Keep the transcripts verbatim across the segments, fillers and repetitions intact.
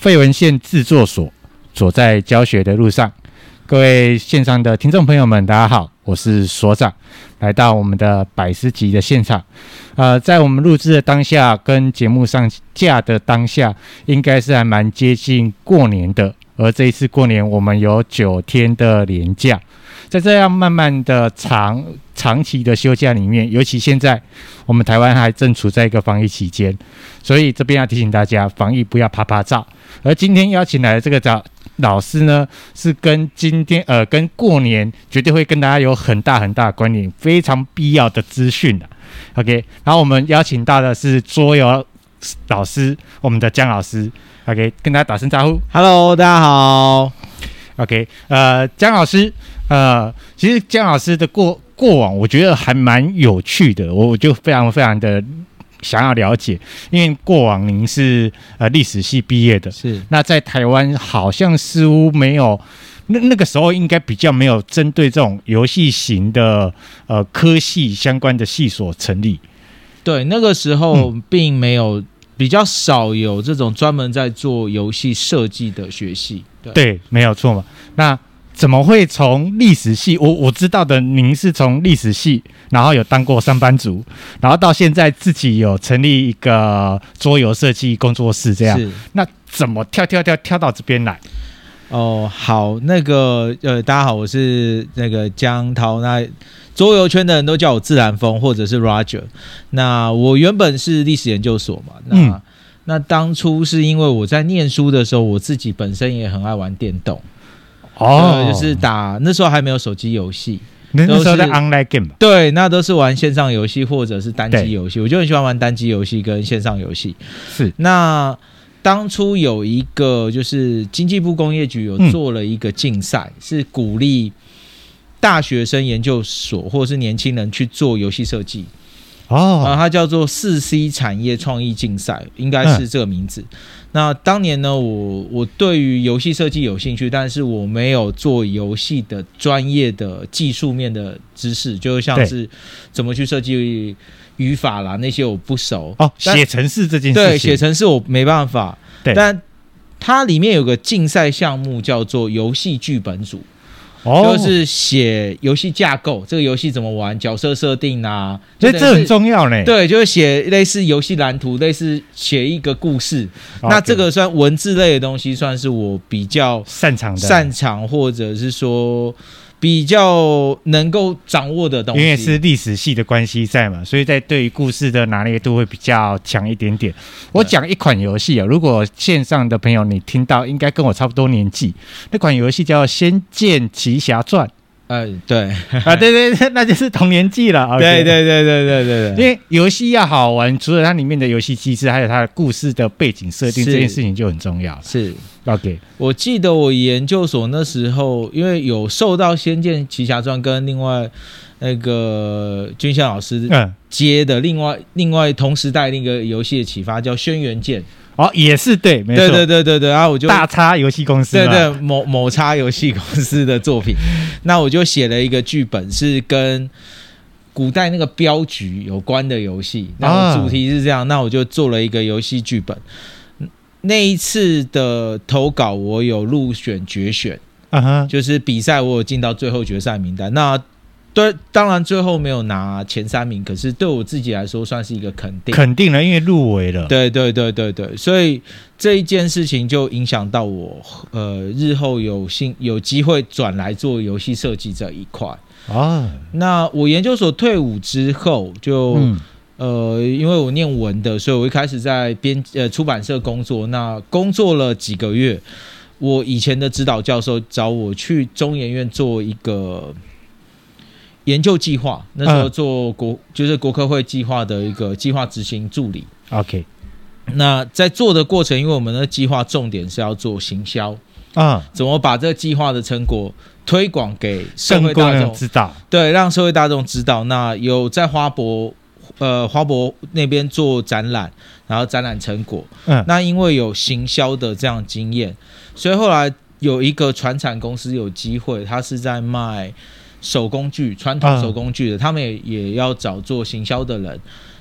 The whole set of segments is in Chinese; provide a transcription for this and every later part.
废文献制作所，所在教学的路上。各位线上的听众朋友们，大家好，我是所长，来到我们的百思集的现场。呃，在我们录制的当下，跟节目上架的当下，应该是还蛮接近过年的。而这一次过年，我们有九天的连假，在这样慢慢的长长期的休假里面，尤其现在我们台湾还正处在一个防疫期间，所以这边要提醒大家，防疫不要趴趴照。而今天邀请来的这个找老师呢，是跟今天呃跟过年绝对会跟大家有很大很大的关联，非常必要的资讯的。OK， 然后我们邀请到的是桌游老师，我们的江老师。OK， 跟大家打声招呼。 Hello， 大家好。 OK， 呃，江老师，呃，其实江老师的过过往，我觉得还蛮有趣的，我就非常非常的想要了解，因为过往您是呃历史系毕业的， 是那在台湾好像似乎没有，那那个时候应该比较没有针对这种游戏型的呃科系相关的系所成立。 对，那个时候并没有。嗯比较少有这种专门在做游戏设计的学系， 对， 对，没有错嘛。那怎么会从历史系？我我知道的，您是从历史系，然后有当过上班族，然后到现在自己有成立一个桌游设计工作室，这样。是。那怎么跳跳跳跳到这边来？ 哦，好，那个呃，大家好，我是那个江涛。那桌游圈的人都叫我自然风或者是 Roger。那我原本是历史研究所嘛，那、嗯、那当初是因为我在念书的时候，我自己本身也很爱玩电动，哦，就是打那时候还没有手机游戏， 那时候在 online game 吧？ 对，那都是玩线上游戏或者是单机游戏，我就很喜欢玩单机游戏跟线上游戏。 是， 那当初有一个就是经济部工业局有做了一个竞赛、嗯，是鼓励大学生研究所或者是年轻人去做游戏设计。哦，啊，它叫做四 C 产业创意竞赛，应该是这个名字。嗯、那当年呢，我我对于游戏设计有兴趣，但是我没有做游戏的专业的技术面的知识，就像是怎么去设计语法啦，那些我不熟。 哦，写程式这件事情， 对，写程式我没办法。对，但它里面有个竞赛项目叫做游戏剧本组。哦，就是写游戏架构，这个游戏怎么玩，角色设定啊， 所以这很重要呢。 对，就是写类似游戏蓝图，类似写一个故事。Okay. 那这个算文字类的东西，算是我比较擅长的， 擅长或者是说比较能够掌握的东西。 因为是历史系的关系在嘛，所以在对于故事的拿捏度会比较强一点点。我讲一款游戏啊，如果线上的朋友你听到，应该跟我差不多年纪，那款游戏叫《仙剑奇侠传》。 呃，对啊，对对对，那就是同年纪了。Okay、 对对对对对对对， 因为游戏要好玩，除了它里面的游戏机制，还有它的故事的背景设定，这件事情就很重要。 是 OK， 我记得我研究所那时候，因为有受到《仙剑奇侠传》跟另外那个君夏老师接的另外、嗯、另外同时代另一个游戏的启发，叫《轩辕剑》。 哦，也是对，没错， 对对对对对，然后我就大叉游戏公司， 对对，某某叉游戏公司的作品，那我就写了一个剧本，是跟古代那个镖局有关的游戏，然后主题是这样，啊、那我就做了一个游戏剧本。那一次的投稿，我有入选决选，啊、就是比赛我有进到最后决赛名单。那对，当然最后没有拿前三名，可是对我自己来说算是一个肯定， 肯定了，因为入围了。 对对对对对，所以这一件事情就影响到我，呃，日后有幸有机会转来做游戏设计这一块啊。那我研究所退伍之后就，嗯、呃，因为我念文的，所以我一开始在编呃出版社工作。那工作了几个月，我以前的指导教授找我去中研院做一个研究计划，那时候做国、嗯、就是国科会计划的一个计划执行助理。 OK， 那在做的过程，因为我们的计划重点是要做行销啊，怎么把这个计划的成果推广给社会大众知道？ 对，让社会大众知道。那有在花博呃花博那边做展览，然后展览成果。嗯，那因为有行销的这样经验，所以后来有一个传产公司有机会，他是在卖手工具，传统手工具的，啊、他们 也, 也要找做行销的人。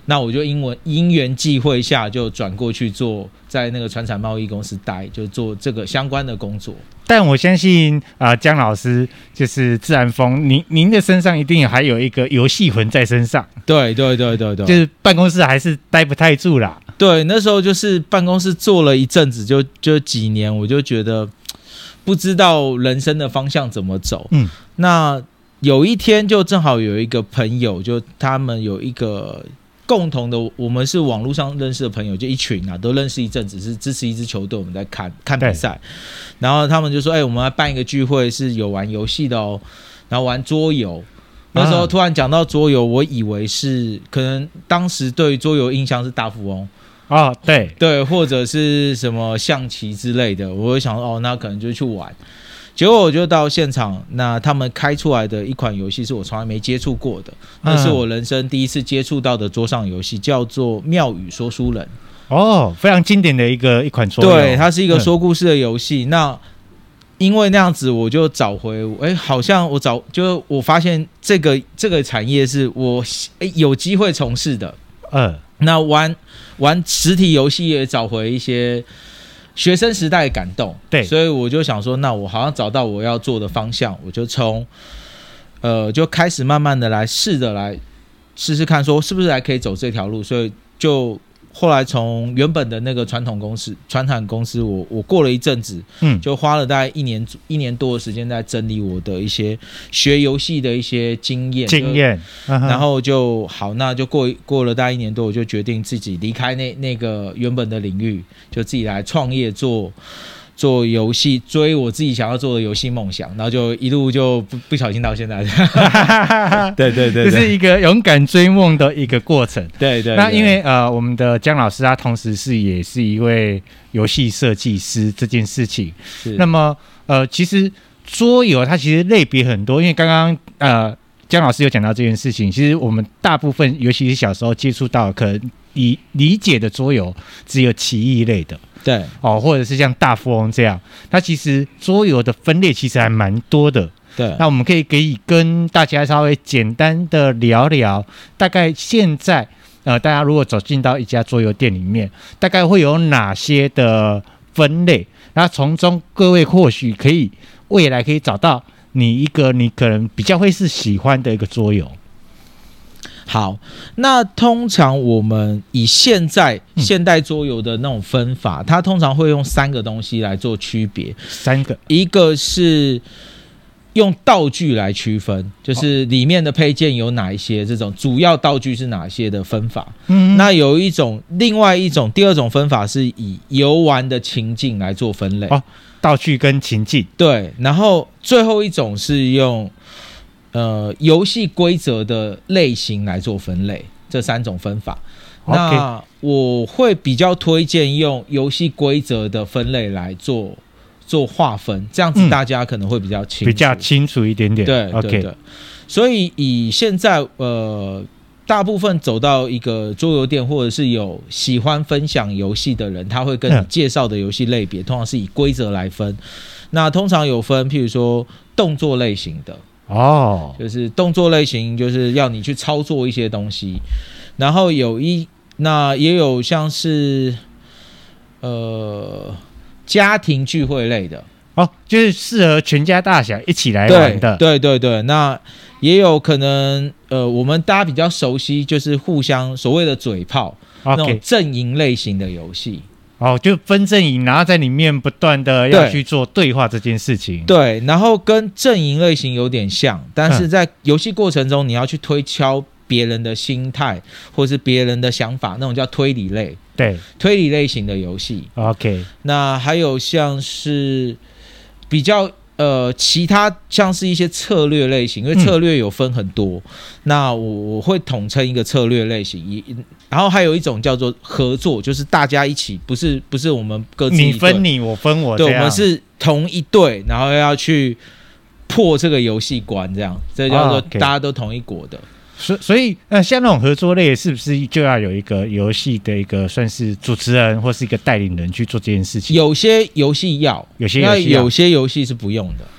那我就因为因缘际会下就转过去做在那个传产贸易公司待，就做这个相关的工作。 但我相信啊、呃，江老师就是自然风，您您的身上一定还有一个游戏魂在身上。 对对对对对， 就是办公室还是待不太住啦。 对，那时候就是办公室做了一阵子，就就几年，我就觉得不知道人生的方向怎么走。嗯，那有一天就正好有一个朋友，就他们有一个共同的，我们是网络上认识的朋友，就一群啊，都认识一阵子，是支持一支球队，我们在看看比赛。然后他们就说：“哎、欸，我们来办一个聚会，是有玩游戏的哦，然后玩桌游。”那时候突然讲到桌游，我以为是可能当时对桌游印象是大富翁。 哦，对对，或者是什么象棋之类的，我会想哦，那可能就去玩。结果我就到现场，那他们开出来的一款游戏是我从来没接触过的，那是我人生第一次接触到的桌上游戏，叫做《妙语说书人》。 哦，非常经典的一个一款桌游。 对，它是一个说故事的游戏。嗯、那因为那样子，我就找回，哎，好像我找，就我发现这个这个产业是我有机会从事的。嗯。那玩玩实体游戏也找回一些学生时代的感动，对，所以我就想说，那我好像找到我要做的方向，我就从呃就开始慢慢的来试着来试试看，说是不是还可以走这条路，所以就后来从原本的那个传统公司、传产公司，我我过了一阵子，嗯，就花了大概一年一年多的时间在整理我的一些学游戏的一些经验经验， 然后就好，那就过过了大概一年多，我就决定自己离开那那个原本的领域，就自己来创业做。做游戏，追我自己想要做的游戏梦想，然后就一路就 不, 不小心到现在。对对 对, 对， 这是一个勇敢追梦的一个过程。 对 对, 对， 那因为呃，我们的江老师他同时是也是一位游戏设计师，这件事情，那么呃，其实桌游它其实类别很多，因为刚刚呃江老师有讲到这件事情，其实我们大部分尤其是小时候接触到，可能理理解的桌游只有棋艺类的。 对哦，或者是像大富翁这样，它其实桌游的分类其实还蛮多的。 对， 那我们可以可以跟大家稍微简单的聊聊，大概现在呃，大家如果走进到一家桌游店里面，大概会有哪些的分类？然后从中各位或许可以未来可以找到你一个你可能比较会是喜欢的一个桌游。 好，那通常我们以现在现代桌游的那种分法，嗯、它通常会用三个东西来做区别。 三个， 一个是用道具来区分，就是里面的配件有哪一些，这种主要道具是哪些的分法。嗯，那有一种，另外一种，第二种分法是以游玩的情境来做分类。 哦，道具跟情境。 对，然后最后一种是用。呃，游戏规则的类型来做分类，这三种分法。Okay. 那我会比较推荐用游戏规则的分类来做做划分，这样子大家可能会比较清楚，嗯、 比较清楚一点点。 对 ，OK。对对，所以以现在呃，大部分走到一个桌游店，或者是有喜欢分享游戏的人，他会跟你介绍的游戏类别，嗯、通常是以规则来分。那通常有分，譬如说动作类型的。哦，就是动作类型，就是要你去操作一些东西，然后有一那也有像是呃家庭聚会类的哦，就是适合全家大小一起来玩的。 对对对对，那也有可能呃，我们大家比较熟悉，就是互相所谓的嘴炮、okay. 那种阵营类型的游戏。 哦，就分阵营，然后在里面不断的要去做对话这件事情。 对，然后跟阵营类型有点像，但是在游戏过程中，你要去推敲别人的心态，或是别人的想法，那种叫推理类。 对， 推理类型的游戏。OK， 那还有像是比较呃其他像是一些策略类型，因为策略有分很多，嗯、那我我会统称一个策略类型。然后还有一种叫做合作，就是大家一起，不是不是我们各自一队， 你分你，我分我， 对，我们是同一队，然后要去破这个游戏关，这样，这叫做大家都同一国的。 所、oh, okay. 所以呃，像那种合作类，是不是就要有一个游戏的一个算是主持人或是一个带领人去做这件事情？ 有些游戏要， 有些游戏有些游戏是不用的。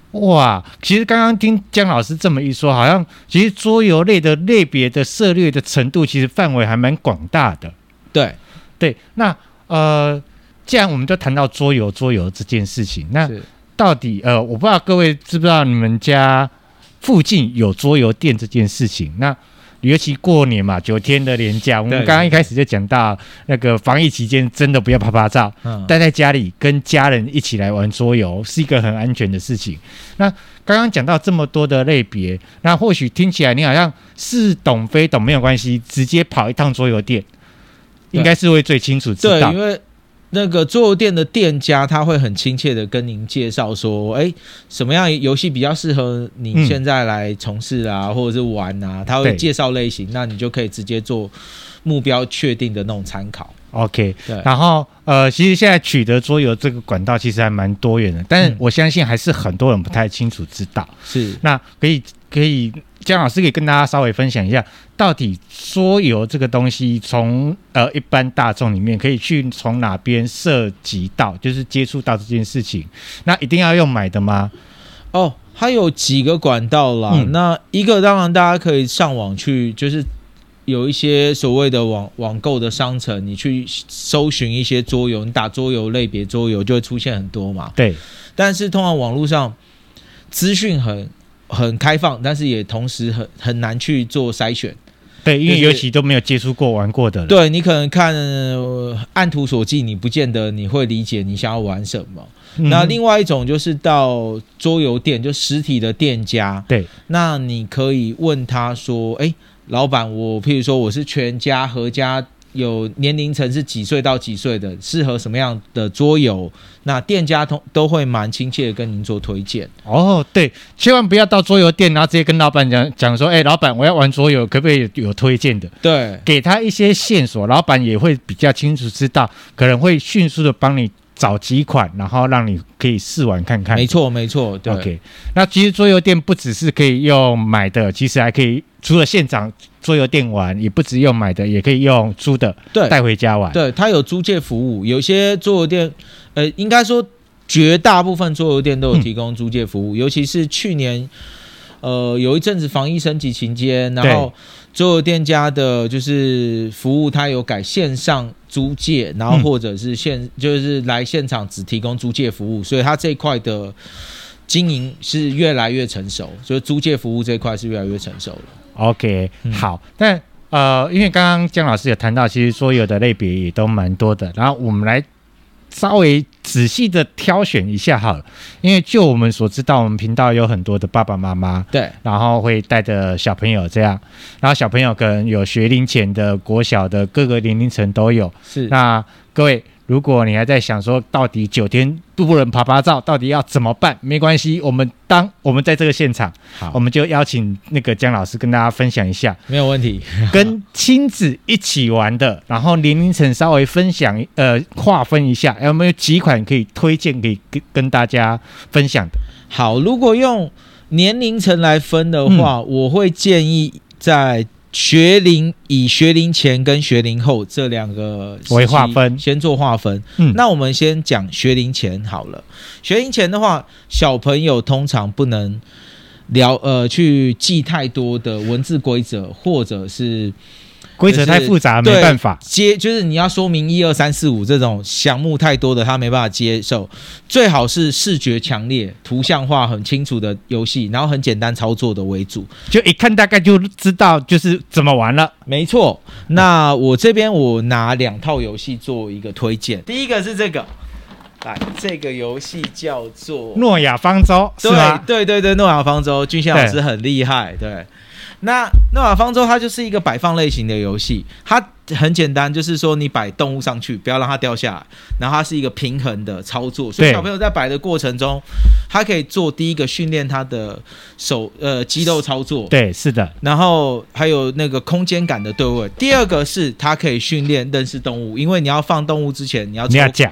哇，其实刚刚听江老师这么一说，好像其实桌游类的类别的涉猎的程度，其实范围还蛮广大的。 对对，那呃，既然我们就谈到桌游桌游这件事情，那到底呃，我不知道各位知不知道你们家附近有桌游店这件事情？那尤其过年嘛，九天的连假，我们刚刚一开始就讲到，那个防疫期间真的不要拍拍照，嗯、待在家里跟家人一起来玩桌游，是一个很安全的事情。那刚刚讲到这么多的类别，那或许听起来你好像是懂非懂没有关系，直接跑一趟桌游店，应该是会最清楚知道。 对，因为那个桌游店的店家他会很亲切的跟您介绍说，哎，什么样游戏比较适合你现在来从事啊，嗯、或者是玩啊，他会介绍类型，那你就可以直接做目标确定的那种参考。 OK， 然后呃，其实现在取得桌游这个管道其实还蛮多元的，但是我相信还是很多人不太清楚知道。 是， 那可以可以，江老师可以跟大家稍微分享一下，到底桌游这个东西从呃一般大众里面可以去从哪边涉及到，就是接触到这件事情，那一定要用买的吗？ 哦，它有几个管道啦，嗯、那一个当然大家可以上网去，就是有一些所谓的网网购的商城，你去搜寻一些桌游，你打桌游类别桌游就会出现很多嘛。 对， 但是通常网络上资讯很很开放，但是也同时很很难去做筛选。 对，因为尤其都没有接触过玩过的人。 对，你可能看、呃、按图索骥，你不见得你会理解你想要玩什么。嗯、那另外一种就是到桌游店，就实体的店家。 对， 那你可以问他说：“哎，老板，我譬如说我是全家合家，有年龄层是几岁到几岁的，适合什么样的桌游？”那店家都都会蛮亲切的跟您做推荐。 哦，对，千万不要到桌游店，然后直接跟老板讲讲说：“哎，老板，我要玩桌游，可不可以有推荐的？” 对， 给他一些线索，老板也会比较清楚知道，可能会迅速的帮你找几款，然后让你可以试玩看看。 没错，没错。对 ，OK。那其实桌游店不只是可以用买的，其实还可以除了现场桌游店玩，也不只用买的，也可以用租的， 对， 带回家玩。 对，它有租借服务，有些桌游店，呃，应该说绝大部分桌游店都有提供租借服务，嗯、尤其是去年，呃，有一阵子防疫升级期间，然后桌游店家的就是服务，它有改线上租借，然后或者是现、嗯、就是来现场只提供租借服务，所以它这一块的经营是越来越成熟，所以租借服务这一块是越来越成熟了。 OK，、嗯、好，但呃，因为刚刚江老师有谈到，其实桌游的类别也都蛮多的，然后我们来稍微仔细的挑选一下好了，因为就我们所知道，我们频道有很多的爸爸妈妈， 对， 然后会带着小朋友这样，然后小朋友可能有学龄前的、国小的，各个年龄层都有。 是， 那各位，如果你还在想说，到底九天不能爬爬照，到底要怎么办？没关系，我们当我们在这个现场，好，我们就邀请那个江老师跟大家分享一下， 没有问题。 跟亲子一起玩的，然后年龄层稍微分享，呃，划分一下，有没有几款可以推荐给跟跟大家分享的？ 好，如果用年龄层来分的话，嗯、我会建议在学龄以学龄前跟学龄后这两个为划分， 先做划分。嗯，那我们先讲学龄前好了。学龄前的话，小朋友通常不能聊呃去记太多的文字规则，或者是规则太复杂，没办法接，就是你要说明一二三四五这种项目太多的，他没办法接受。最好是视觉强烈、图像化很清楚的游戏，然后很简单操作的为主， 就一看大概就知道就是怎么玩了。 没错，那我这边我拿两套游戏做一个推荐。第一个是这个，来，这个游戏叫做诺亚方舟，是吗？ 对对对对，诺亚方舟，俊宪老师很厉害，对。那诺亚方舟它就是一个摆放类型的游戏，它很简单，就是说你摆动物上去，不要让它掉下来，然后它是一个平衡的操作，所以小朋友在摆的过程中，他可以做第一个训练他的手呃肌肉操作， 对，是的， 然后还有那个空间感的对位。第二个是它可以训练认识动物，因为你要放动物之前，你要你要讲。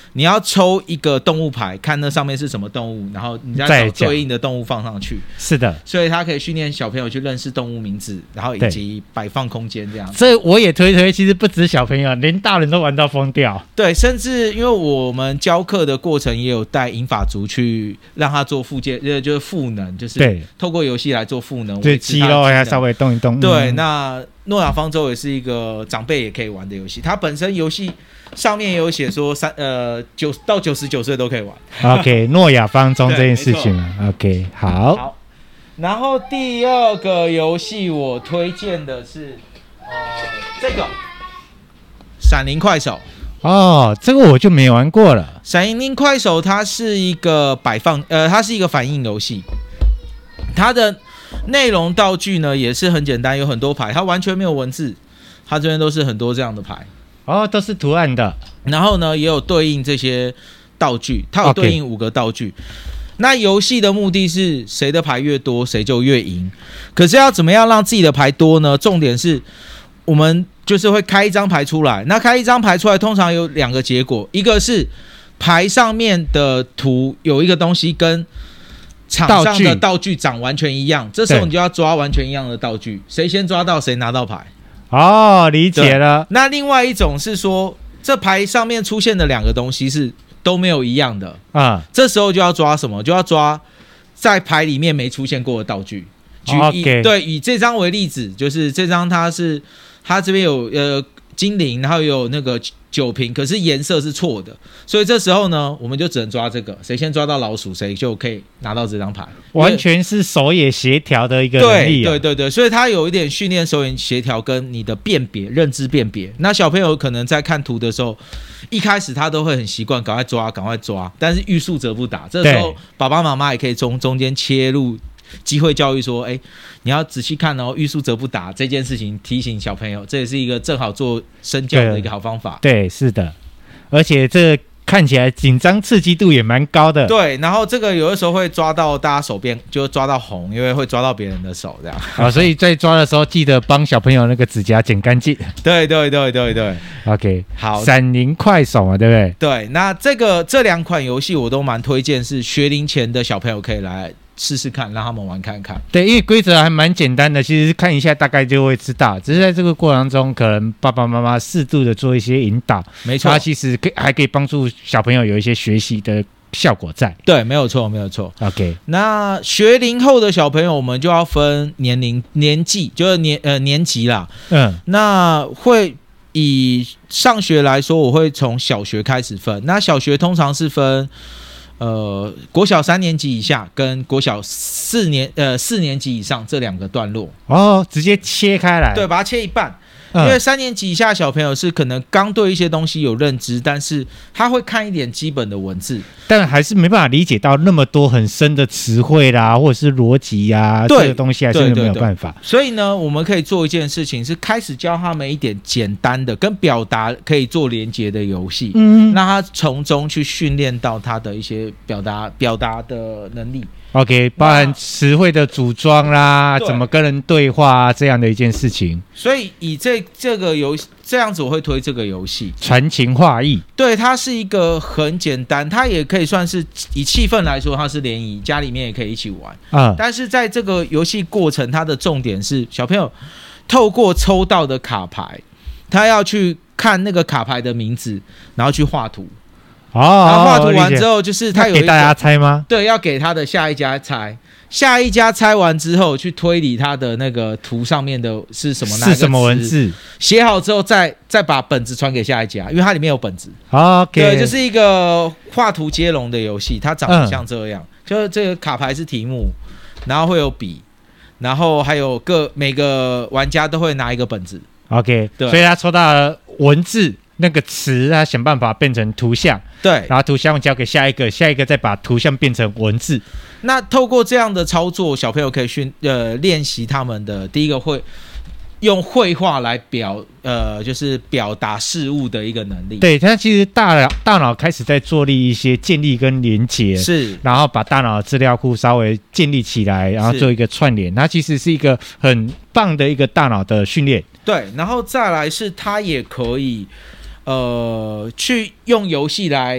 你要抽一个动物牌，看那上面是什么动物，然后你再找对应的动物放上去。 是的， 所以它可以训练小朋友去认识动物名字，然后以及摆放空间这样。 这我也推推，其实不止小朋友，连大人都玩到疯掉。 对，甚至因为我们教课的过程也有带银发族去让他做复健，呃，就是赋能，就是透过游戏来做赋能， 对肌肉要稍微动一动。 对，嗯、那诺亚方舟也是一个长辈也可以玩的游戏，它本身游戏上面也有写说三呃九到九十九岁都可以玩。 OK， 诺亚方舟这件事情啊 ，OK， 好。 好，然后第二个游戏我推荐的是呃这个《闪灵快手》。 哦，这个我就没玩过了。 《闪灵快手》它是一个摆放呃，它是一个反应游戏，它的内容道具呢也是很简单，有很多牌，它完全没有文字，它这边都是很多这样的牌。 哦，都是图案的。 然后呢，也有对应这些道具，它有对应五个道具。Okay. 那游戏的目的是谁的牌越多，谁就越赢。可是要怎么样让自己的牌多呢？重点是我们就是会开一张牌出来。那开一张牌出来，通常有两个结果，一个是牌上面的图有一个东西跟场上的道具长完全一样，这时候你就要抓完全一样的道具，谁先抓到谁拿到牌。 哦，理解了。 那另外一种是说，这牌上面出现的两个东西是都没有一样的啊、嗯，这时候就要抓什么？就要抓在牌里面没出现过的道具。举以、okay. 对以这张为例子，就是这张它是它这边有呃精灵，然后有那个酒瓶，可是颜色是错的，所以这时候呢，我们就只能抓这个，谁先抓到老鼠，谁就可以拿到这张牌。 完全是手眼协调的一个能力、啊。 对对对对，所以它有一点训练手眼协调跟你的辨别、认知辨别。那小朋友可能在看图的时候，一开始他都会很习惯，赶快抓，赶快抓，但是欲速则不达。这时候爸爸妈妈也可以从中间切入。机会教育说，哎，你要仔细看哦，欲速则不达这件事情，提醒小朋友，这也是一个正好做身教的一个好方法。 对，对是的，而且这看起来紧张刺激度也蛮高的。 对，然后这个有的时候会抓到大家手边，就抓到红，因为会抓到别人的手这样。 啊，所以在抓的时候记得帮小朋友那个指甲剪干净。 对对对对对 ，OK， 好， 闪灵快手嘛，对不对？ 对，那这个这两款游戏我都蛮推荐，是学龄前的小朋友可以来试试看，让他们玩看看。 对，因为规则还蛮简单的，其实看一下大概就会知道。只是在这个过程中，可能爸爸妈妈适度的做一些引导， 没错， 它其实可以还可以帮助小朋友有一些学习的效果在。 对，没有错，没有错。 OK， 那学龄后的小朋友，我们就要分年龄、年纪，就是年呃年级啦。嗯，那会以上学来说，我会从小学开始分。那小学通常是分。呃，国小三年级以下跟国小四年呃四年级以上这两个段落哦，直接切开来， 对，把它切一半。因为三年级以下小朋友是可能刚对一些东西有认知，但是他会看一点基本的文字， 但还是没办法理解到那么多很深的词汇啦，或者是逻辑呀，这个东西还是没有办法。 所以呢，我们可以做一件事情，是开始教他们一点简单的跟表达可以做连结的游戏，嗯，让他从中去训练到他的一些表达表达的能力。 OK， 包含词汇的组装啦，怎么跟人对话、啊、这样的一件事情。 所以以这这个游戏这样子，我会推这个游戏传情画意。 对，它是一个很简单，它也可以算是以气氛来说，它是联谊，家里面也可以一起玩。嗯，但是在这个游戏过程，它的重点是小朋友透过抽到的卡牌，他要去看那个卡牌的名字，然后去画图。哦，然后画图完之后，就是他有一个给大家猜吗？ 对，要给他的下一家猜，下一家猜完之后，去推理他的那个图上面的是什么， 是什么文字， 写好之后再再把本子传给下一家，因为它里面有本子。 OK， 对，就是一个画图接龙的游戏，它长得像这样，嗯、就是这个卡牌是题目，然后会有笔，然后还有各每个玩家都会拿一个本子。 OK， 对，所以他抽到了文字。那个词他想办法变成图像， 对， 然后图像交给下一个，下一个再把图像变成文字。 那透过这样的操作，小朋友可以训呃练习他们的第一个会用绘画来表呃就是表达事物的一个能力。 对，他其实大脑大脑开始在做立一些建立跟连结， 是， 然后把大脑的资料库稍微建立起来，然后做一个串联。它其实是一个很棒的一个大脑的训练。 对，然后再来是它也可以。呃，去用游戏来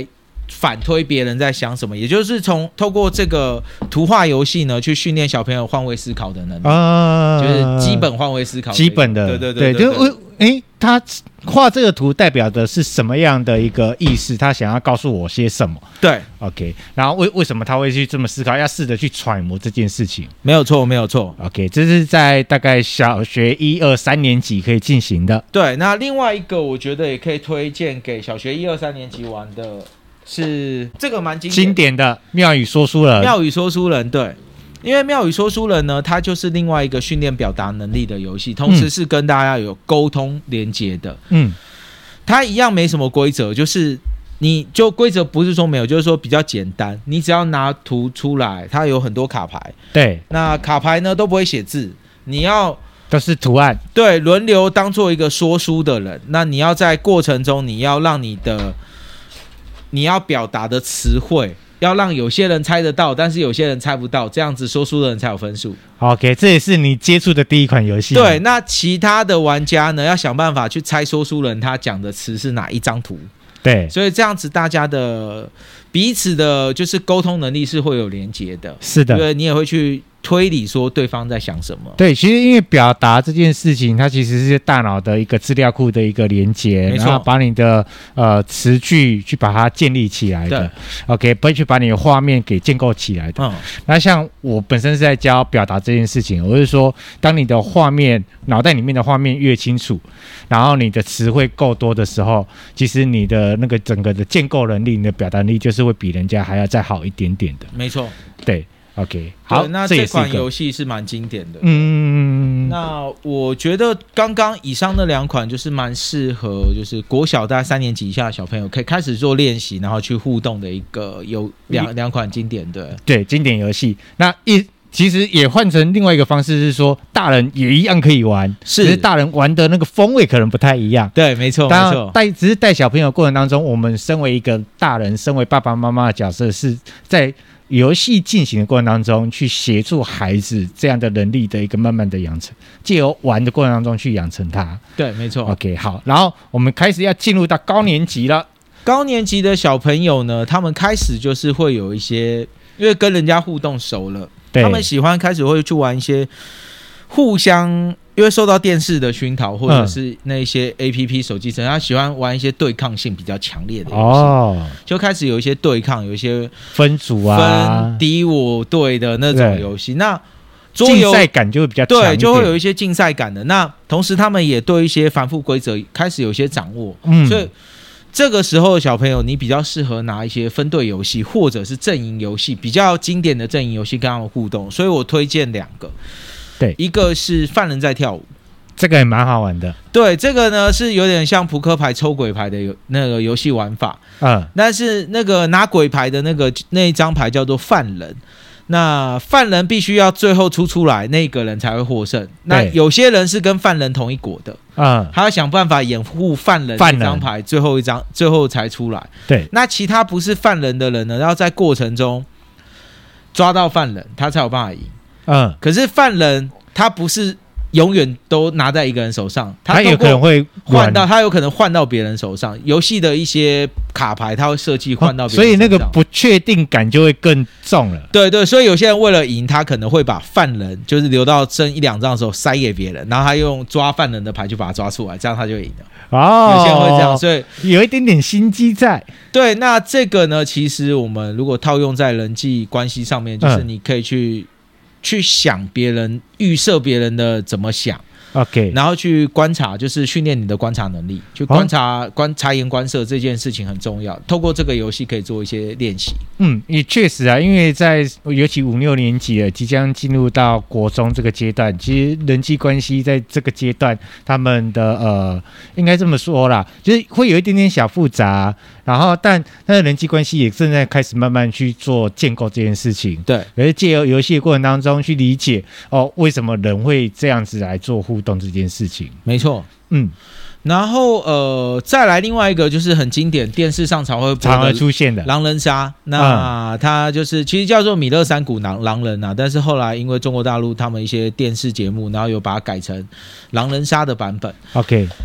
反推别人在想什么，也就是从透过这个图画游戏呢，去训练小朋友换位思考的能力，啊、就是基本换位思考， 基本的， 对对对 对, 对, 对就哎，他画这个图代表的是什么样的一个意思？他想要告诉我些什么？ 对 ，OK， 然后为为什么他会去这么思考？要试着去揣摩这件事情。 没有错，没有错。 OK， 这是在大概小学一二三年级可以进行的。 对，那另外一个我觉得也可以推荐给小学一二三年级玩的是这个蛮经典经典的妙语说书人。 妙语说书人，对。因为妙语说书人呢，它就是另外一个训练表达能力的游戏，同时是跟大家有沟通连接的。嗯，它一样没什么规则，就是你就规则不是说没有，就是说比较简单。你只要拿图出来，它有很多卡牌。 对， 那卡牌呢都不会写字，你要都是图案。 对，轮流当做一个说书的人。那你要在过程中，你要让你的你要表达的词汇。要让有些人猜得到，但是有些人猜不到，这样子说书的人才有分数。 OK， 这也是你接触的第一款游戏。 对，那其他的玩家呢，要想办法去猜说书人他讲的词是哪一张图。 对， 所以这样子大家的彼此的就是沟通能力是会有连结的。 是的， 因为你也会去推理说对方在想什么。 对，其实因为表达这件事情，它其实是大脑的一个资料库的一个连接，然后把你的呃词句去把它建立起来的。OK， 不会去把你的画面给建构起来的。嗯，那像我本身是在教表达这件事情，我是说，当你的画面脑袋里面的画面越清楚，然后你的词汇够多的时候，其实你的那个整个的建构能力、你的表达能力，就是会比人家还要再好一点点的。 没错， 对。OK， 好， 那这款游戏是蛮经典的。 嗯， 那我觉得刚刚以上那两款就是蛮适合，就是国小大概三年级以下的小朋友可以开始做练习，然后去互动的一个有两两款经典的对经典游戏。那一其实也换成另外一个方式是说，大人也一样可以玩， 是， 只是大人玩的那个风味可能不太一样。 对，没错，没错。 带只是带小朋友过程当中，我们身为一个大人，身为爸爸妈妈的角色，是在游戏进行的过程当中，去协助孩子这样的能力的一个慢慢的养成，藉由玩的过程当中去养成它。 对，没错。 OK， 好，然后我们开始要进入到高年级了。 高年级的小朋友呢，他们开始就是会有一些，因为跟人家互动熟了，他们喜欢开始会去玩一些互相，因为受到电视的熏陶，或者是那些 A P P 手机程式，他喜欢玩一些对抗性比较强烈的游戏，哦，就开始有一些对抗，有一些分组啊、 分敌我对的那种游戏。那竞赛感就会比较强一点， 对，就会有一些竞赛感的。那同时他们也对一些繁复规则开始有一些掌握，嗯，所以这个时候的小朋友，你比较适合拿一些分队游戏或者是阵营游戏，比较经典的阵营游戏跟他们互动。所以我推荐两个。 对， 一个是犯人在跳舞， 这个也蛮好玩的。 对，这个呢是有点像扑克牌抽鬼牌的那个游戏玩法，嗯，但是那个拿鬼牌的那个那一张牌叫做犯人，那犯人必须要最后出出来，那个人才会获胜。那有些人是跟犯人同一国的，嗯，他要想办法掩护犯人那张牌，最后一张最后才出来。 对， 那其他不是犯人的人呢，要在过程中抓到犯人，他才有办法赢。嗯，可是犯人他不是永远都拿在一个人手上， 他有可能会换到，他有可能换到别人手上。游戏的一些卡牌，他会设计换到别人手上， 所以那个不确定感就会更重了。 对对，所以有些人为了赢，他可能会把犯人就是留到剩一两张的时候塞给别人，然后他用抓犯人的牌就把他抓出来，这样他就赢了。哦，有些人会这样，所以有一点点心机在。 对，那这个呢，其实我们如果套用在人际关系上面，就是你可以去。嗯去想别人，预设别人的怎么想 ，OK， 然后去观察，就是训练你的观察能力，去观察、哦、观察言观色这件事情很重要。透过这个游戏可以做一些练习。 嗯，也确实啊，因为在尤其五六年级了，即将进入到国中这个阶段，其实人际关系在这个阶段，他们的呃，应该这么说啦，就是会有一点点小复杂。然后，但他的人际关系也正在开始慢慢去做建构这件事情。 对， 而是借由游戏的过程当中去理解哦，为什么人会这样子来做互动这件事情。 没错，嗯。然后呃，再来另外一个就是很经典，电视上常会常会出现的狼人杀。那它就是其实叫做米勒山谷狼狼人啊，但是后来因为中国大陆他们一些电视节目，然后有把它改成狼人杀的版本。 OK。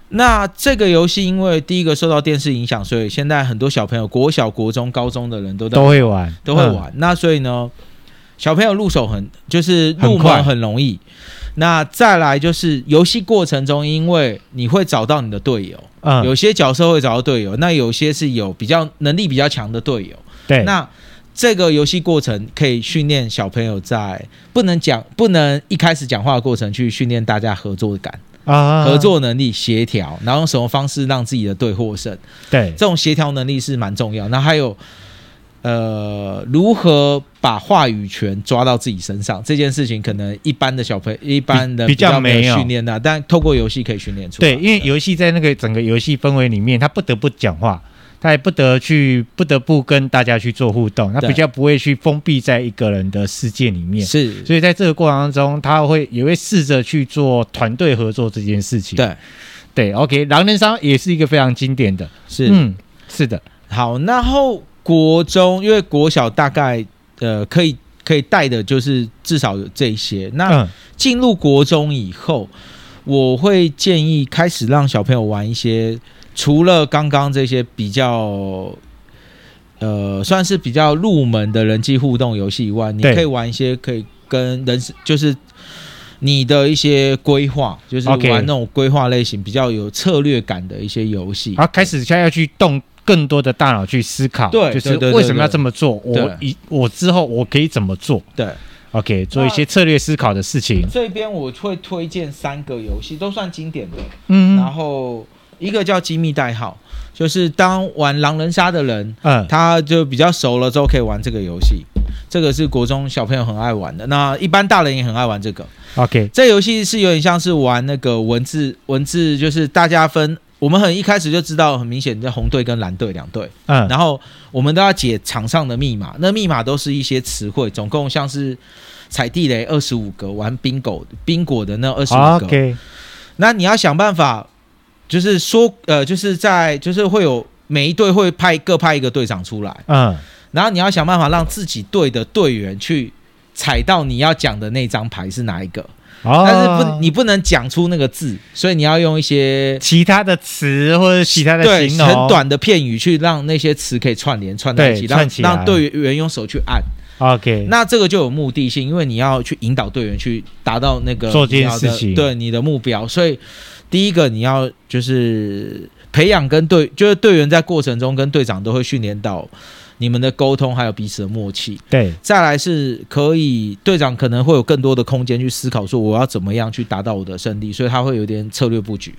那这个游戏因为第一个受到电视影响，所以现在很多小朋友国小、国中、高中的人都都会玩， 都会玩。嗯、那所以呢，小朋友入手很就是入门很容易。那再来就是游戏过程中，因为你会找到你的队友，嗯，有些角色会找到队友，那有些是有比较能力比较强的队友。 对， 那这个游戏过程可以训练小朋友在不能讲、不能一开始讲话的过程去训练大家合作感。啊，合作能力、协调，然后用什么方式让自己的队获胜？ 对， 这种协调能力是蛮重要。那还有，呃，如何把话语权抓到自己身上这件事情，可能一般的小朋友、一般的比较没有训练的，但透过游戏可以训练出来。 对，因为游戏在那个整个游戏氛围里面，他不得不讲话。他也不得去，不得不跟大家去做互动，他比较不会去封闭在一个人的世界里面。 是， 所以在这个过程当中，他会也会试着去做团队合作这件事情。 对， 对 ，OK， 狼人杀也是一个非常经典的， 是， 嗯，是的。 好，然后国中，因为国小大概呃可以可以带的就是至少有这些。那进入国中以后，我会建议开始让小朋友玩一些。除了刚刚这些比较，呃，算是比较入门的人际互动游戏以外，你可以玩一些可以跟人，就是你的一些规划，就是玩那种规划类型比较有策略感的一些游戏。 然后开始现在要去动更多的大脑去思考， 对， 就是为什么要这么做？我一我之后我可以怎么做？ 对 ，OK， 做一些策略思考的事情。 这边我会推荐三个游戏，都算经典的，嗯，然后。一个叫机密代号，就是当玩狼人杀的人，嗯，他就比较熟了之后可以玩这个游戏。这个是国中小朋友很爱玩的，那一般大人也很爱玩这个。 OK， 这游戏是有点像是玩那个文字，文字就是大家分，我们很一开始就知道很明显的红队跟蓝队两队，嗯，然后我们都要解场上的密码，那密码都是一些词汇，总共像是踩地雷二十五个，玩宾果宾果的那二十五个。 OK， 那你要想办法。就是说，呃，就是在，就是会有每一队会派各派一个队长出来，嗯，然后你要想办法让自己队的队员去踩到你要讲的那张牌是哪一个，哦，但是不，你不能讲出那个字，所以你要用一些其他的词或者其他的形容， 对，很短的片语去让那些词可以串联串在一起，让让队员用手去按。 OK， 那这个就有目的性，因为你要去引导队员去达到那个做这件事情， 对你的目标，所以。第一个，你要就是培养跟队，就是队员在过程中跟队长都会训练到你们的沟通，还有彼此的默契。 对， 再来是可以队长可能会有更多的空间去思考，说我要怎么样去达到我的胜利，所以他会有点策略布局。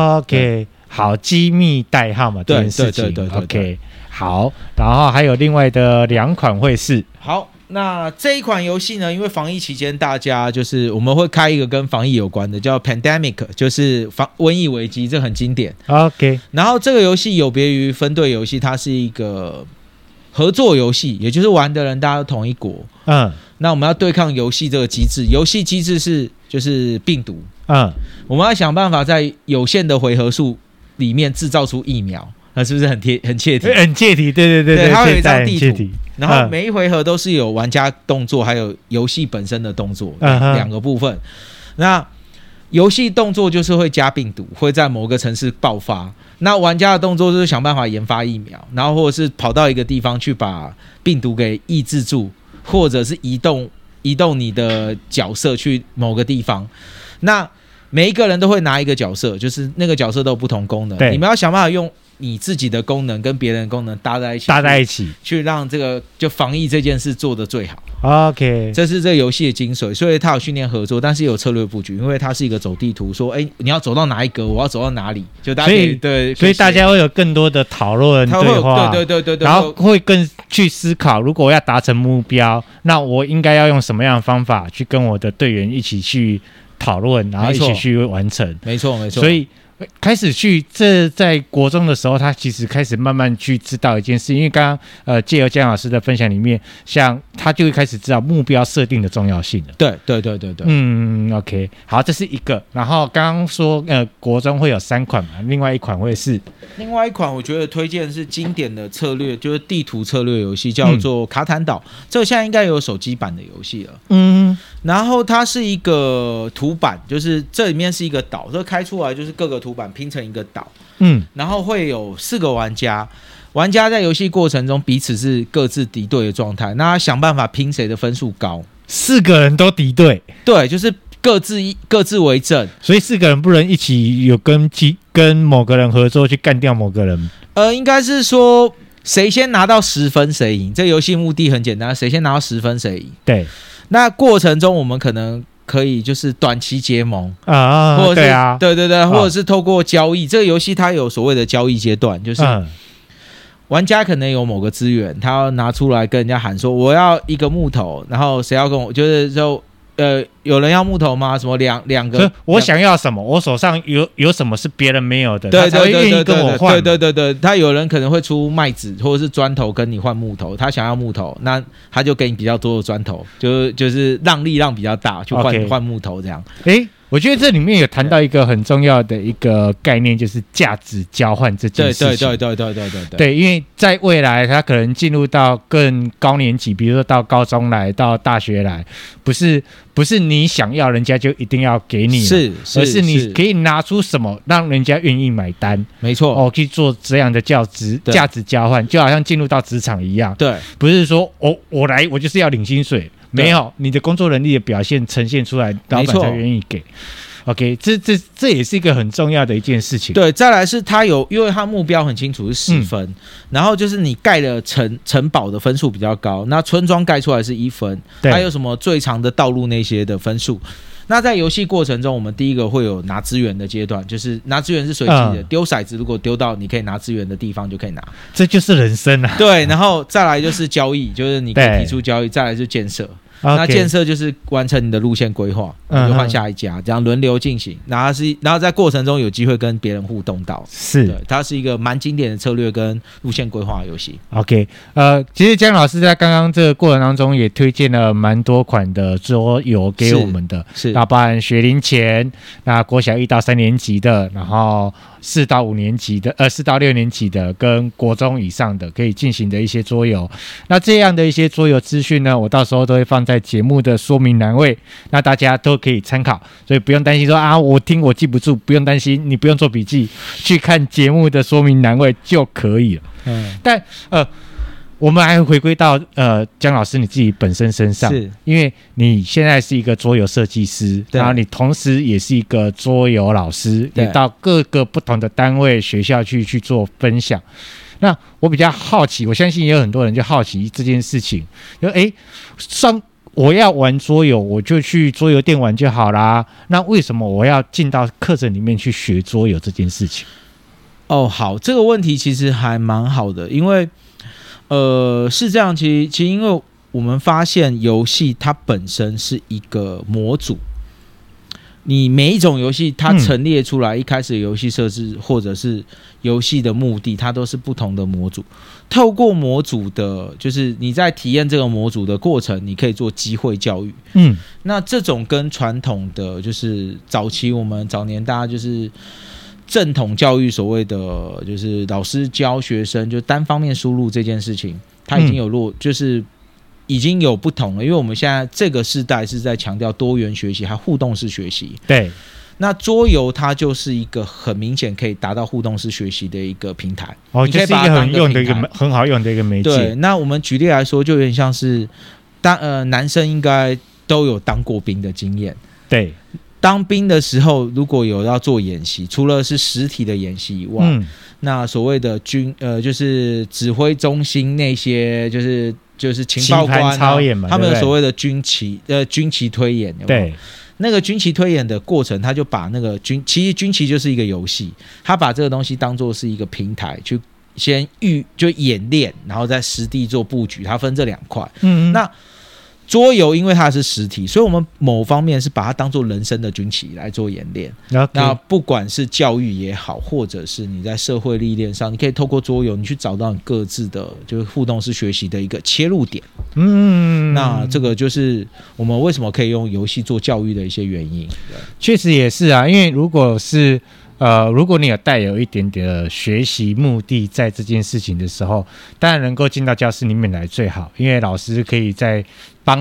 OK， 好，机密代号嘛，这件事情。对对对对 OK， 好，然后还有另外的两款会是好。那这一款游戏呢，因为防疫期间，大家就是我们会开一个跟防疫有关的，叫 Pandemic， 就是防瘟疫危机，这很经典。 OK， 然后这个游戏有别于分队游戏，它是一个合作游戏，也就是玩的人大家都同一国。嗯，那我们要对抗游戏这个机制，游戏机制是就是病毒。嗯，我们要想办法在有限的回合数里面制造出疫苗。那是不是很贴很切题？ 很切题，对对对对。 它会有一张地图，然后每一回合都是有玩家动作，还有游戏本身的动作，嗯、两个部分。那游戏动作就是会加病毒，会在某个城市爆发。那玩家的动作就是想办法研发疫苗，然后或者是跑到一个地方去把病毒给抑制住，或者是移动移动你的角色去某个地方。那每一个人都会拿一个角色，就是那个角色都有不同功能，你们要想办法用。你自己的功能跟别人的功能搭在一起， 搭在一起， 去让这个就防疫这件事做得最好。 OK， 这是这个游戏的精髓，所以它有训练合作，但是也有策略布局，因为它是一个走地图，说，哎，你要走到哪一格，我要走到哪里，就大家可以对， 所以大家会有更多的讨论对话， 对对对 对, 对， 然后会更去思考，如果我要达成目标，那我应该要用什么样的方法去跟我的队员一起去讨论，然后一起去完成。 没错没错， 所以。开始去这在国中的时候，他其实开始慢慢去知道一件事，因为刚刚呃借由姜老师的分享里面，像他就会开始知道目标设定的重要性了。 对对对对对， 嗯 ，OK， 好，这是一个。然后刚刚说呃国中会有三款嘛，另外一款会是另外一款，我觉得推荐是经典的策略，就是地图策略游戏，叫做卡坦岛。嗯、这个现在应该有手机版的游戏了。嗯。 嗯，然后它是一个图板，就是这里面是一个岛，这开出来就是各个图板拼成一个岛。嗯，然后会有四个玩家，玩家在游戏过程中彼此是各自敌对的状态，那他想办法拼谁的分数高。 四个人都敌对， 对，就是各自各自为政， 所以四个人不能一起有跟跟某个人合作去干掉某个人。 呃，应该是说谁先拿到十分谁赢。这游戏目的很简单，谁先拿到十分谁赢。 对， 那过程中我们可能可以就是短期结盟啊， 或者是对啊， 对对对，或者是透过交易。这个游戏它有所谓的交易阶段，就是玩家可能有某个资源，他要拿出来跟人家喊说我要一个木头，然后谁要跟我，就是说呃，有人要木头吗？什么两两个？ 我想要什么？我手上有有什么是别人没有的？ 对对对对对，跟我换。 对对对对，他有人可能会出麦子或者是砖头跟你换木头，他想要木头，那他就给你比较多的砖头，就就是让利让比较大，去换、okay. 换木头这样。 诶，我觉得这里面有谈到一个很重要的一个概念，就是价值交换这件事情。 对对对对对对对对。 对，因为在未来，他可能进入到更高年级，比如说到高中来，到大学来，不是不是你想要，人家就一定要给你， 是，是而是你可以拿出什么让人家愿意买单。 没错， 哦，去做这样的价值价值交换，就好像进入到职场一样。 对， 不是说我、哦、我来我就是要领薪水。没有，你的工作能力的表现呈现出来，老板才愿意给。OK， 这这这也是一个很重要的一件事情。 对，再来是他有，因为他目标很清楚是十分、嗯，然后就是你盖的城城堡的分数比较高，那村庄盖出来是一分，还有什么最长的道路那些的分数。那在游戏过程中，我们第一个会有拿资源的阶段，就是拿资源是随机的，丢、嗯、骰子，如果丢到你可以拿资源的地方就可以拿， 这就是人生啊。 对，然后再来就是交易，就是你可以提出交易，再来就是建设。Okay. 那建设就是完成你的路线规划，你就换下一家，这样轮流进行。然后是，然后在过程中有机会跟别人互动到， 是， 对，它是一个蛮经典的策略跟路线规划游戏。 OK， 呃，其实江老师在刚刚这个过程当中也推荐了蛮多款的桌游给我们的， 是， 那包含学龄前，那国小一到三年级的，然后四到五年级的，呃，四到六年级的，跟国中以上的可以进行的一些桌游。那这样的一些桌游资讯呢，我到时候都会放在节目的说明栏位，那大家都可以参考，所以不用担心说啊，我听我记不住，不用担心，你不用做笔记，去看节目的说明栏位就可以了。嗯，但呃，我们还回归到呃江老师你自己本身身上， 是因为你现在是一个桌游设计师，然后你同时也是一个桌游老师，也到各个不同的单位学校去去做分享。那我比较好奇，我相信也有很多人就好奇这件事情，就哎上。我要玩桌游，我就去桌游店玩就好啦。那为什么我要进到课程里面去学桌游这件事情？ 哦，好，这个问题其实还蛮好的，因为呃是这样，其实其实因为我们发现游戏它本身是一个模组，你每一种游戏它陈列出来、嗯、一开始的游戏设置或者是游戏的目的，它都是不同的模组。透过模组的，就是你在体验这个模组的过程，你可以做机会教育。嗯，那这种跟传统的就是早期我们早年大家就是正统教育所谓的就是老师教学生就单方面输入这件事情，它已经有落、嗯、就是已经有不同了，因为我们现在这个世代是在强调多元学习还互动式学习。 对。 那桌游它就是一个很明显可以达到互动式学习的一个平台， 哦，就是一个很用的一个很好用的一个媒介。 对，那我们举例来说，就有点像是当呃男生应该都有当过兵的经验。 对， 当兵的时候，如果有要做演习，除了是实体的演习以外，嗯、那所谓的军呃就是指挥中心那些就是就是情报官、啊、 操演嘛， 他们有所谓的军旗呃军旗推演，有没有？对。那个军旗推演的过程，他就把那个军，其实军旗就是一个游戏，他把这个东西当作是一个平台，去先预就演练，然后在实地做布局，它分这两块。嗯，那桌游因为它是实体，所以我们某方面是把它当作人生的军旗来做演练。Okay. 那不管是教育也好，或者是你在社会历练上，你可以透过桌游，你去找到你各自的就是互动式学习的一个切入点。嗯，那这个就是我们为什么可以用游戏做教育的一些原因。 确实也是啊，因为如果是呃，如果你有带有一点点的学习目的在这件事情的时候，当然能够进到教室里面来最好，因为老师可以在帮你，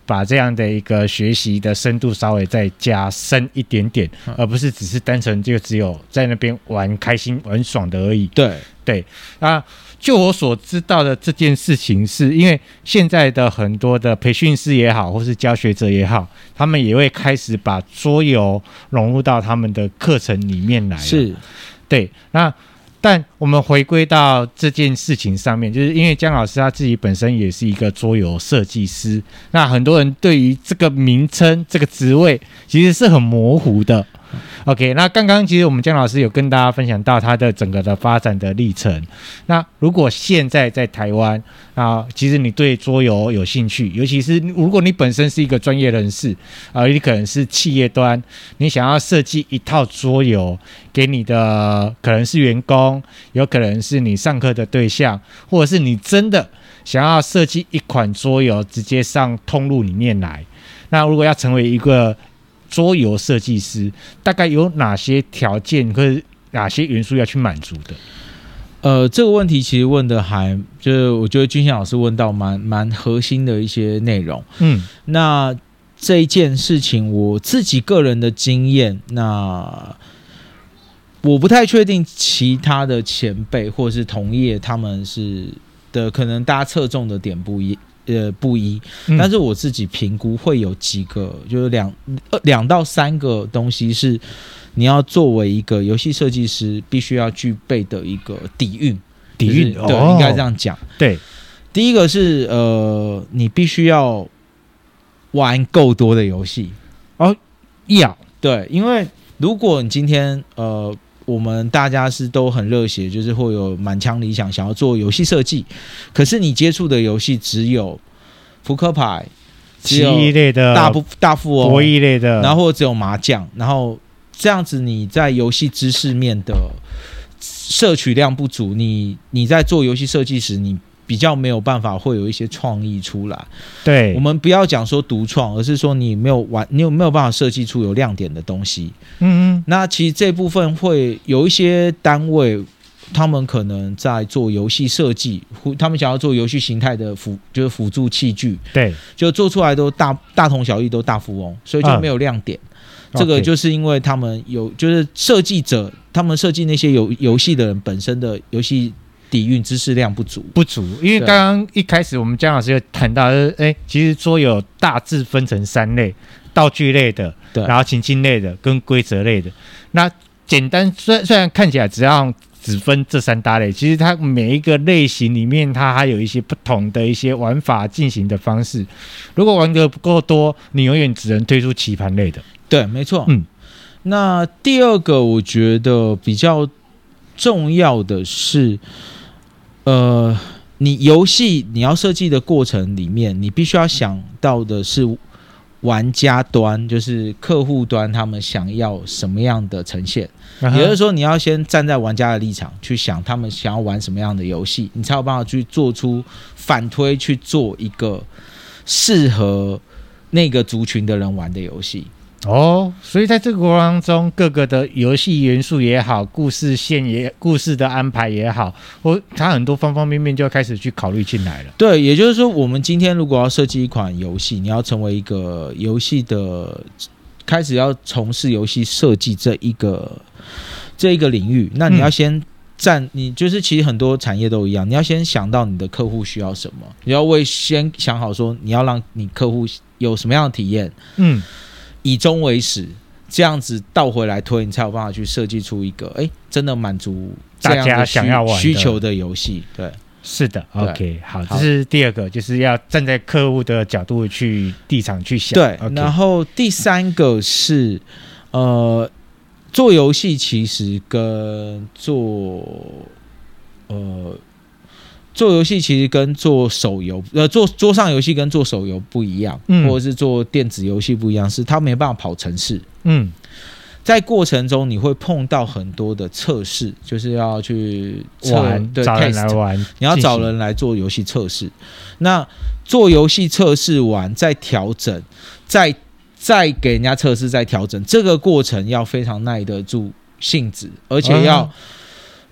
把这样的一个学习的深度稍微再加深一点点，嗯、而不是只是单纯就只有在那边玩开心玩爽的而已。 对对，那就我所知道的这件事情是，因为现在的很多的培训师也好，或是教学者也好，他们也会开始把桌游融入到他们的课程里面来了。 是， 对，那。但我们回归到这件事情上面，就是因为姜老师他自己本身也是一个桌游设计师，那很多人对于这个名称、这个职位其实是很模糊的。OK， 那刚刚其实我们姜老师有跟大家分享到他的整个的发展的历程。那如果现在在台湾啊，其实你对桌游有兴趣，尤其是如果你本身是一个专业人士啊，你可能是企业端，你想要设计一套桌游给你的可能是员工，有可能是你上课的对象，或者是你真的想要设计一款桌游直接上通路里面来，那如果要成为一个桌游设计师，大概有哪些条件或者哪些元素要去满足的？ 呃，这个问题其实问的还就是我觉得君贤老师问到蛮蛮核心的一些内容。嗯，那这一件事情我自己个人的经验，那我不太确定其他的前辈或是同业他们是的，可能大家侧重的点不一。呃，不一，但是我自己评估会有几个，就是两两到三个东西是你要作为一个游戏设计师必须要具备的一个底蕴， 底蕴、 就是、对、 哦， 应该这样讲。 对， 第一个是呃，你必须要玩够多的游戏哦，要对，因为如果你今天呃。我们大家是都很热血，就是会有满腔理想，想要做游戏设计。可是你接触的游戏只有扑克牌、 棋艺类的、 大不大富翁、 博弈类的， 然后只有麻将，然后这样子你在游戏知识面的摄取量不足，你你在做游戏设计时，你比较没有办法会有一些创意出来。 对， 我们不要讲说独创，而是说你没有玩，你有没有办法设计出有亮点的东西？嗯嗯。那其实这部分会有一些单位，他们可能在做游戏设计，他们想要做游戏形态的辅，就是辅助器具， 对， 就做出来都大大同小异，都大富翁，所以就没有亮点。嗯、这个就是因为他们有，就是设计者，他们设计那些游游戏的人本身的游戏底蕴知识量不足， 不足。因为刚刚一开始我们姜老师有谈到，哎，其实桌游大致分成三类：道具类的，然后情境类的，跟规则类的。那简单虽虽然看起来只要只分这三大类，其实它每一个类型里面，它还有一些不同的一些玩法进行的方式。如果玩得不够多，你永远只能推出棋盘类的。 对，没错。嗯，那第二个我觉得比较重要的是，呃，你游戏你要设计的过程里面，你必须要想到的是玩家端，就是客户端，他们想要什么样的呈现。Uh-huh. 也就是说，你要先站在玩家的立场去想，他们想要玩什么样的游戏，你才有办法去做出反推，去做一个适合那个族群的人玩的游戏。 哦，所以在这个过程当中，各个的游戏元素也好，故事线也故事的安排也好，或它很多方方面面就要开始去考虑进来了。 对，也就是说，我们今天如果要设计一款游戏，你要成为一个游戏的开始要从事游戏设计这一个这一个领域，那你要先站，嗯、你就是其实很多产业都一样，你要先想到你的客户需要什么，你要为先想好说你要让你客户有什么样的体验，嗯。以终为始，这样子倒回来推，你才有办法去设计出一个哎，真的满足大家想要玩需求的游戏。对， 是的 ，OK， 好，这是第二个，就是要站在客户的角度去立场去想。 对， okay. 然后第三个是呃，做游戏其实跟做呃。做游戏其实跟做手游，呃，做桌上游戏跟做手游不一样，嗯、或者是做电子游戏不一样，是它没办法跑程式。嗯，在过程中你会碰到很多的测试，就是要去玩， 对， 找人来玩， 你要找人来做游戏测试。那做游戏测试完再调整，再再给人家测试再调整，这个过程要非常耐得住性子，而且要。啊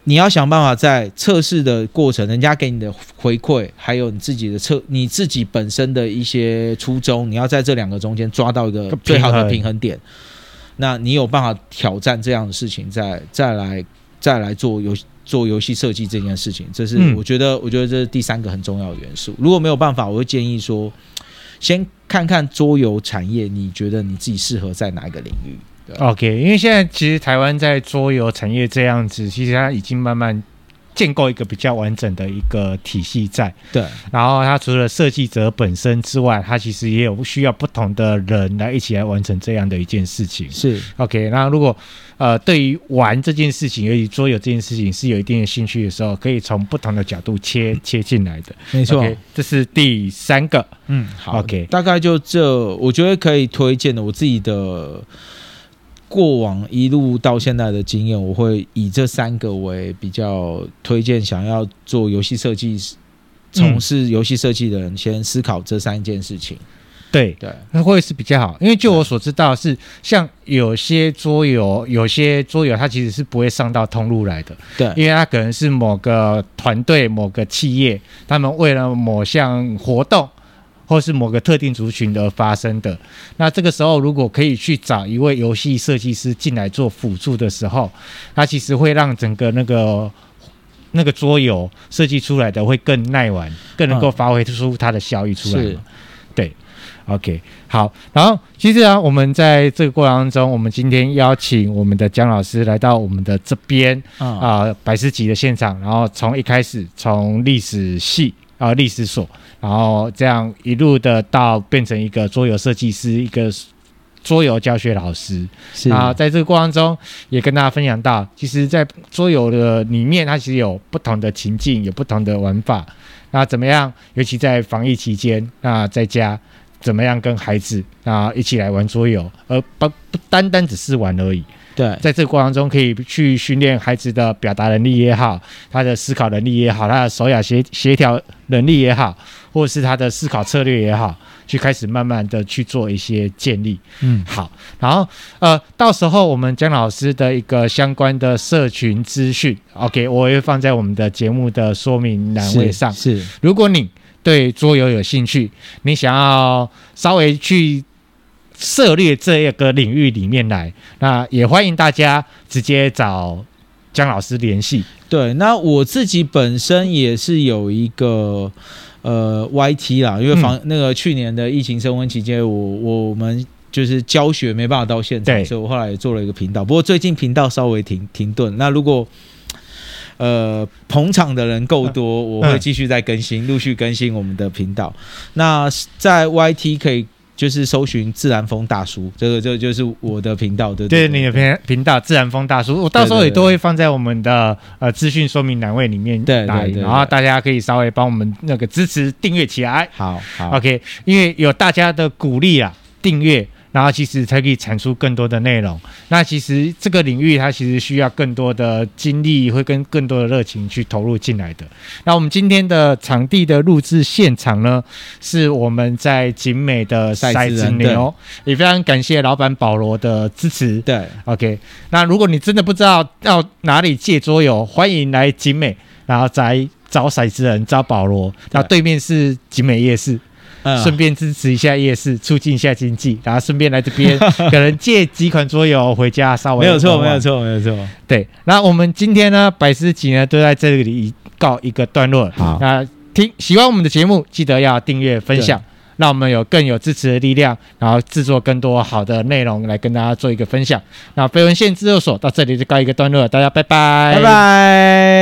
你要想办法在测试的过程，人家给你的回馈，还有你自己的测，你自己本身的一些初衷，你要在这两个中间抓到一个最好的平衡点。那你有办法挑战这样的事情，再再来再来做游做游戏设计这件事情，这是我觉得、嗯、我觉得这是第三个很重要的元素。如果没有办法，我会建议说，先看看桌游产业，你觉得你自己适合在哪一个领域？ OK， 因为现在其实台湾在桌游产业这样子，其实它已经慢慢建构一个比较完整的一个体系在。 对， 然后它除了设计者本身之外，它其实也有需要不同的人来一起来完成这样的一件事情。 是 OK， 那如果呃对于玩这件事情，尤其桌游这件事情是有一定的兴趣的时候，可以从不同的角度切切进来的。 没错， okay， 这是第三个。 嗯，好 ，OK， 大概就这，我觉得可以推荐的，我自己的。过往一路到现在的经验，我会以这三个为比较推荐，想要做游戏设计、从事游戏设计的人，先思考这三件事情。 对对，那会是比较好，因为就我所知道是，像有些桌游，有些桌游它其实是不会上到通路来的， 对， 因为它可能是某个团队、某个企业，他们为了某项活动。或是某个特定族群而发生的，那这个时候如果可以去找一位游戏设计师进来做辅助的时候，它其实会让整个那个那个桌游设计出来的会更耐玩，更能够发挥出它的效益出来嘛、嗯、对 OK 好，然后其实啊我们在这个过程当中，我们今天邀请我们的姜老师来到我们的这边啊、嗯呃、百思集的现场，然后从一开始从历史系啊历史所，然后这样一路的到变成一个桌游设计师，一个桌游教学老师。啊，在这个过程中也跟大家分享到，其实在桌游的里面它其实有不同的情境，有不同的玩法，那怎么样尤其在防疫期间，那在家怎么样跟孩子啊一起来玩桌游，而不不单单只是玩而已。对，在这个过程中可以去训练孩子的表达能力也好，他的思考能力也好，他的手雅协协调能力也好，或是他的思考策略也好，去开始慢慢的去做一些建立。嗯，好，然后呃，到时候我们姜老师的一个相关的社群资讯 ，OK， 我会放在我们的节目的说明栏位上。是，是如果你对桌游有兴趣，你想要稍微去涉猎这个领域里面来，那也欢迎大家直接找姜老师联系。 对，那我自己本身也是有一个呃 Y T 啦，因为防、嗯、那个去年的疫情升温期间，我我们就是教学没办法到现场，所以我后来也做了一个频道。不过最近频道稍微停停顿，那如果呃捧场的人够多，我会继续再更新，陆续更新我们的频道。那在 Y T 可以。就是搜寻自然风大叔，这个这个就是我的频道，对对对，你的频频道自然风大叔，我到时候也都会放在我们的呃资讯说明栏位里面，对对对，然后大家可以稍微帮我们那个支持订阅起来，好，好 ，OK， 因为有大家的鼓励啊，订阅。然后其实才可以产出更多的内容。那其实这个领域它其实需要更多的精力，会跟更多的热情去投入进来的。那我们今天的场地的录制现场呢，是我们在景美的骰子牛，也非常感谢老板保罗的支持。对 ，OK。那如果你真的不知道到哪里借桌游，欢迎来景美，然后再找骰子人，找保罗。然后对面是景美夜市。顺便支持一下夜市，促进一下经济，然后顺便来这边可能借几款桌游回家稍微没有错没有错没有错。 对，那我们今天呢百思集呢都在这里告一个段落。好，那听喜欢我们的节目记得要订阅分享，让我们有更有支持的力量，然后制作更多好的内容来跟大家做一个分享。那飞文献制作所到这里就告一个段落，大家拜拜拜拜。